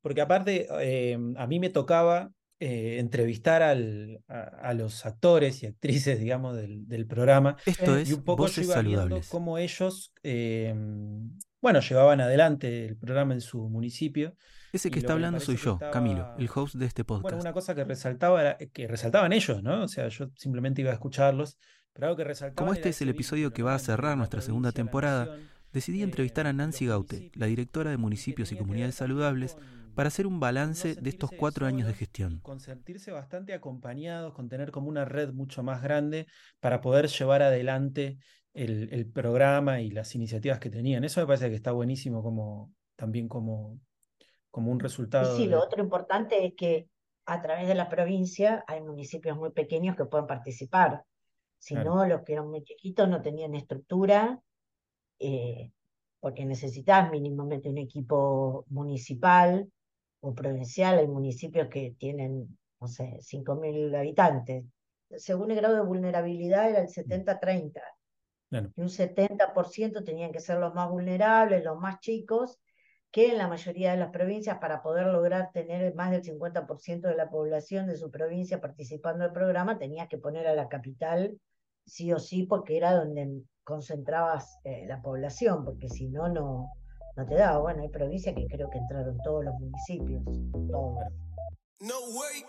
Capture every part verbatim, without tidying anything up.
porque aparte eh, a mí me tocaba eh, entrevistar al- a, a los actores y actrices, digamos, del, del programa, Esto y es un poco yo Voces iba viendo Saludables. cómo ellos, eh, bueno, llevaban adelante el programa en su municipio, Ese que y está lo que me hablando soy parece que yo, Camilo, estaba, el host de este bueno, podcast. una cosa que resaltaba era que resaltaban ellos, ¿no? O sea, yo simplemente iba a escucharlos, pero algo que Como resaltaban este era es el ese episodio vínculo, que ¿no? va a Entre cerrar la nuestra segunda provincia, la temporada, nación decidí eh, entrevistar a y los Nancy Gaute, la municipios, directora de y que Municipios y tenía que ver Comunidades también Saludables, con, para hacer un con no balance de estos sentirse cuatro años de solos y gestión. con sentirse bastante acompañados, con tener como una red mucho más grande para poder llevar adelante el, el programa y las iniciativas que tenían. Eso me parece que está buenísimo como también como, como un Y resultado sí, lo de... otro importante es que a través de la provincia hay municipios muy pequeños que pueden participar. Si Claro, no, los que eran muy chiquitos no tenían estructura, eh, porque necesitas mínimamente un equipo municipal o provincial. Hay municipios que tienen, no sé, cinco mil habitantes. Según el grado de vulnerabilidad era el setenta treinta, claro. y un setenta por ciento tenían que ser los más vulnerables, los más chicos, que en la mayoría de las provincias, para poder lograr tener más del cincuenta por ciento de la población de su provincia participando del programa, tenías que poner a la capital sí o sí, porque era donde concentrabas eh, la población, porque si no, no, no te daba. Bueno, hay provincias que creo que entraron todos los municipios, todos. Claro. No way.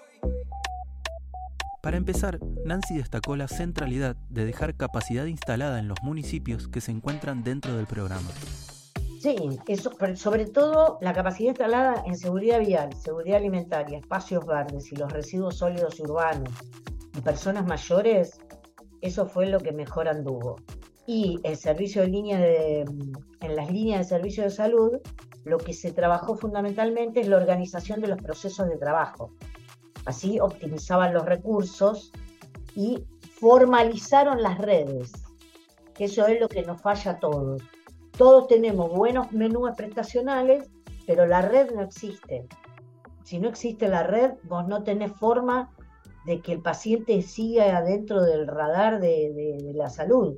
Para empezar, Nancy destacó la centralidad de dejar capacidad instalada en los municipios que se encuentran dentro del programa. Sí, eso, pero sobre todo la capacidad instalada en seguridad vial, seguridad alimentaria, espacios verdes y los residuos sólidos urbanos y personas mayores, eso fue lo que mejor anduvo. Y el servicio de línea de, en las líneas de servicio de salud, lo que se trabajó fundamentalmente es la organización de los procesos de trabajo. Así optimizaban los recursos y formalizaron las redes, que eso es lo que nos falla a todos. Todos tenemos buenos menús prestacionales, pero la red no existe. Si no existe la red, vos no tenés forma de que el paciente siga adentro del radar de, de, de la salud.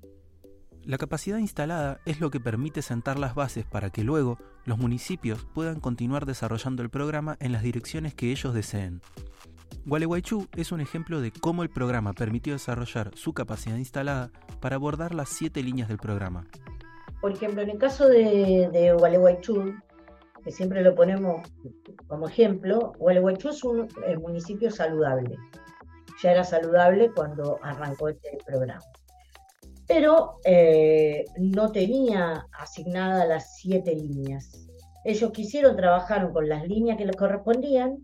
La capacidad instalada es lo que permite sentar las bases para que luego los municipios puedan continuar desarrollando el programa en las direcciones que ellos deseen. Gualeguaychú es un ejemplo de cómo el programa permitió desarrollar su capacidad instalada para abordar las siete líneas del programa. Por ejemplo, en el caso de, de Gualeguaychú, que siempre lo ponemos como ejemplo, Gualeguaychú es un eh, municipio saludable. Ya era saludable cuando arrancó este programa. Pero eh, no tenía asignadas las siete líneas. Ellos quisieron, trabajar con las líneas que les correspondían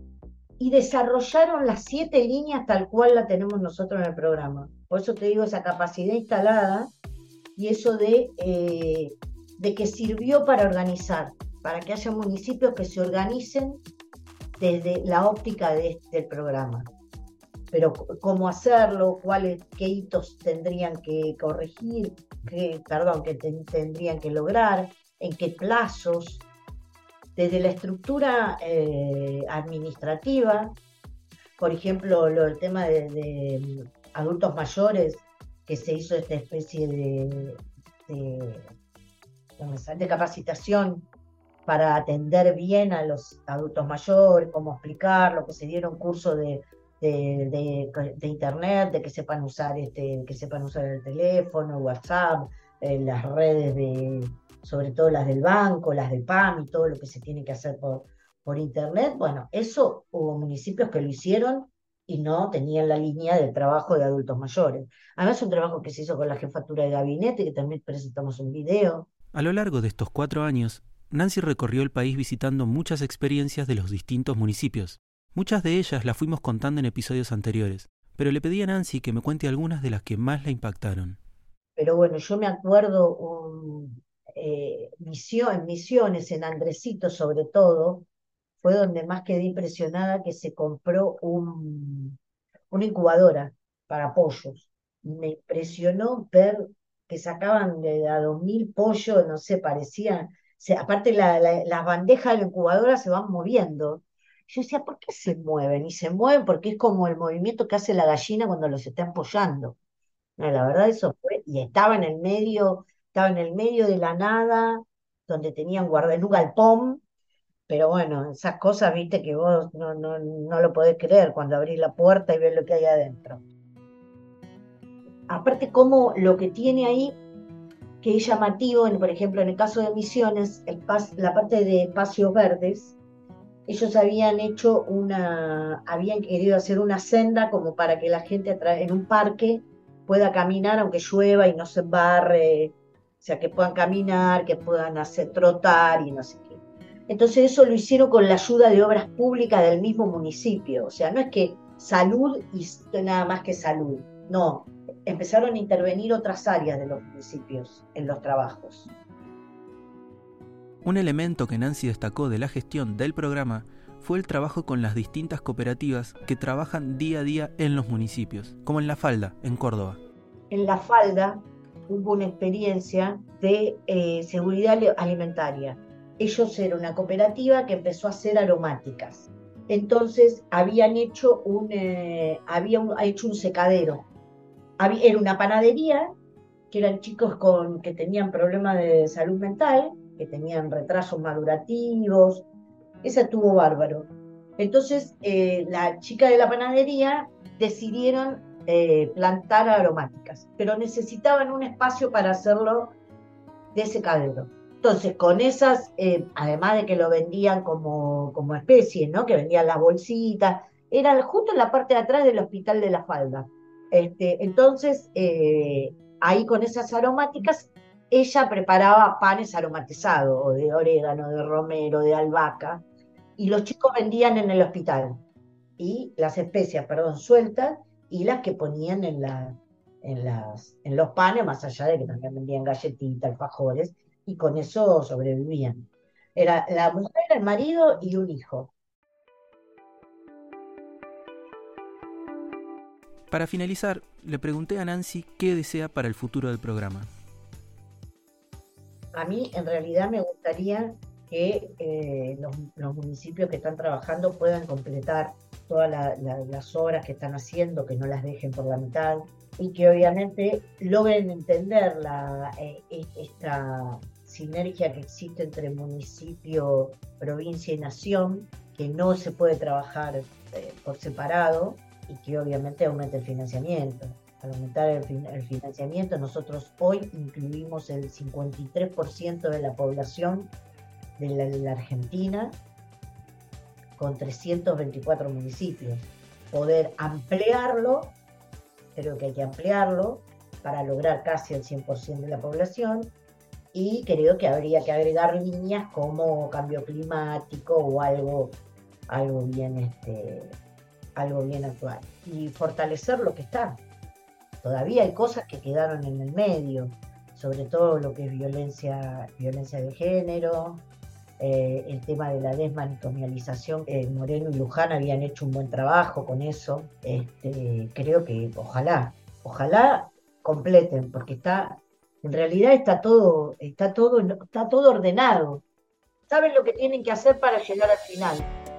y desarrollaron las siete líneas tal cual la tenemos nosotros en el programa. Por eso te digo, esa capacidad instalada y eso de, eh, de que sirvió para organizar, para que haya municipios que se organicen desde la óptica de, del programa. Pero cómo hacerlo, cuáles, qué hitos tendrían que corregir, qué, perdón, que ten, tendrían que lograr, en qué plazos, desde la estructura eh, administrativa. Por ejemplo, lo, el tema de, de adultos mayores, que se hizo esta especie de, de, de capacitación para atender bien a los adultos mayores, cómo explicarlo, que se dieron cursos de, de, de, de internet, de que sepan usar este, que sepan usar el teléfono, WhatsApp, eh, las redes de, sobre todo las del banco, las del P A M y todo lo que se tiene que hacer por, por internet. Bueno, eso hubo municipios que lo hicieron y no tenían la línea de trabajo de adultos mayores. Además, es un trabajo que se hizo con la jefatura de gabinete, que también presentamos un video. A lo largo de estos cuatro años, Nancy recorrió el país visitando muchas experiencias de los distintos municipios. Muchas de ellas las fuimos contando en episodios anteriores, pero le pedí a Nancy que me cuente algunas de las que más la impactaron. Pero bueno, yo me acuerdo un, eh, misión, en Misiones, en Andresito sobre todo, fue donde más quedé impresionada, que se compró un, una incubadora para pollos. Me impresionó ver que sacaban de a dos mil pollos, no sé, parecían, se, aparte la, la, las bandejas de la incubadora se van moviendo. Yo decía, ¿por qué se mueven? Y se mueven porque es como el movimiento que hace la gallina cuando los está empollando. No, la verdad eso fue, y estaba en el medio, estaba en el medio de la nada, donde tenían guardado en un galpón, pero bueno, esas cosas, viste, que vos no, no, no lo podés creer cuando abrís la puerta y ves lo que hay adentro. Aparte, como lo que tiene ahí, que es llamativo, en, por ejemplo, en el caso de Misiones, el pas, la parte de espacios verdes, ellos habían hecho una, habían querido hacer una senda como para que la gente en un parque pueda caminar aunque llueva y no se embarre, o sea, que puedan caminar, que puedan hacer trotar y no sé qué. Entonces eso lo hicieron con la ayuda de obras públicas del mismo municipio, o sea, no es que salud y nada más que salud, no, empezaron a intervenir otras áreas de los municipios en los trabajos. Un elemento que Nancy destacó de la gestión del programa fue el trabajo con las distintas cooperativas que trabajan día a día en los municipios, como en La Falda, en Córdoba. En La Falda hubo una experiencia de eh, seguridad alimentaria. Ellos eran una cooperativa que empezó a hacer aromáticas. Entonces habían hecho un, eh, habían hecho un secadero. Había, era una panadería, que eran chicos con, que tenían problemas de salud mental, que tenían retrasos madurativos. Esa estuvo bárbaro. Entonces, eh, la chica de la panadería decidieron eh, plantar aromáticas, pero necesitaban un espacio para hacerlo de secadero. Entonces, con esas, eh, además de que lo vendían como, como especie, ¿no? Que vendían las bolsitas, era justo en la parte de atrás del Hospital de La Falda. Este, entonces, eh, ahí con esas aromáticas, ella preparaba panes aromatizados, o de orégano, de romero, de albahaca, y los chicos vendían en el hospital, y las especias, perdón, sueltas, y las que ponían en, la, en, las, en los panes, más allá de que también vendían galletitas, alfajores, y con eso sobrevivían. Era la mujer, el marido y un hijo. Para finalizar, le pregunté a Nancy qué desea para el futuro del programa. A mí, en realidad, me gustaría que eh, los, los municipios que están trabajando puedan completar todas la, la, las obras que están haciendo, que no las dejen por la mitad, y que obviamente logren entender la, eh, esta sinergia que existe entre municipio, provincia y nación, que no se puede trabajar eh, por separado, y que obviamente aumente el financiamiento. Al aumentar el, fin, el financiamiento, nosotros hoy incluimos el cincuenta y tres por ciento de la población de la, de la Argentina, con trescientos veinticuatro municipios. Poder ampliarlo, creo que hay que ampliarlo, para lograr casi el cien por ciento de la población, y creo que habría que agregar líneas como cambio climático o algo, algo bien este, algo bien actual, y fortalecer lo que está. Todavía hay cosas que quedaron en el medio, sobre todo lo que es violencia, violencia de género, eh, el tema de la desmanicomialización. eh, Moreno y Luján habían hecho un buen trabajo con eso. Este, creo que ojalá, ojalá completen, porque está, en realidad está todo, está todo, está todo ordenado. Saben lo que tienen que hacer para llegar al final.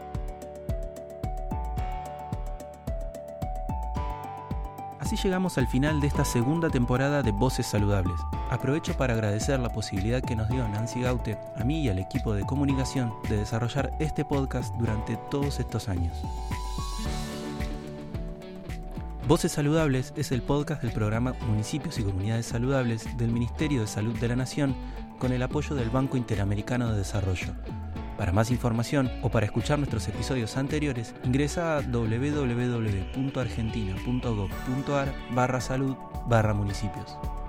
Así llegamos al final de esta segunda temporada de Voces Saludables. Aprovecho para agradecer la posibilidad que nos dio Nancy Gaute, a mí y al equipo de comunicación, de desarrollar este podcast durante todos estos años. Voces Saludables es el podcast del programa Municipios y Comunidades Saludables del Ministerio de Salud de la Nación, con el apoyo del Banco Interamericano de Desarrollo. Para más información o para escuchar nuestros episodios anteriores, ingresa a doble u doble u doble u punto argentina punto gov punto ar barra salud barra municipios.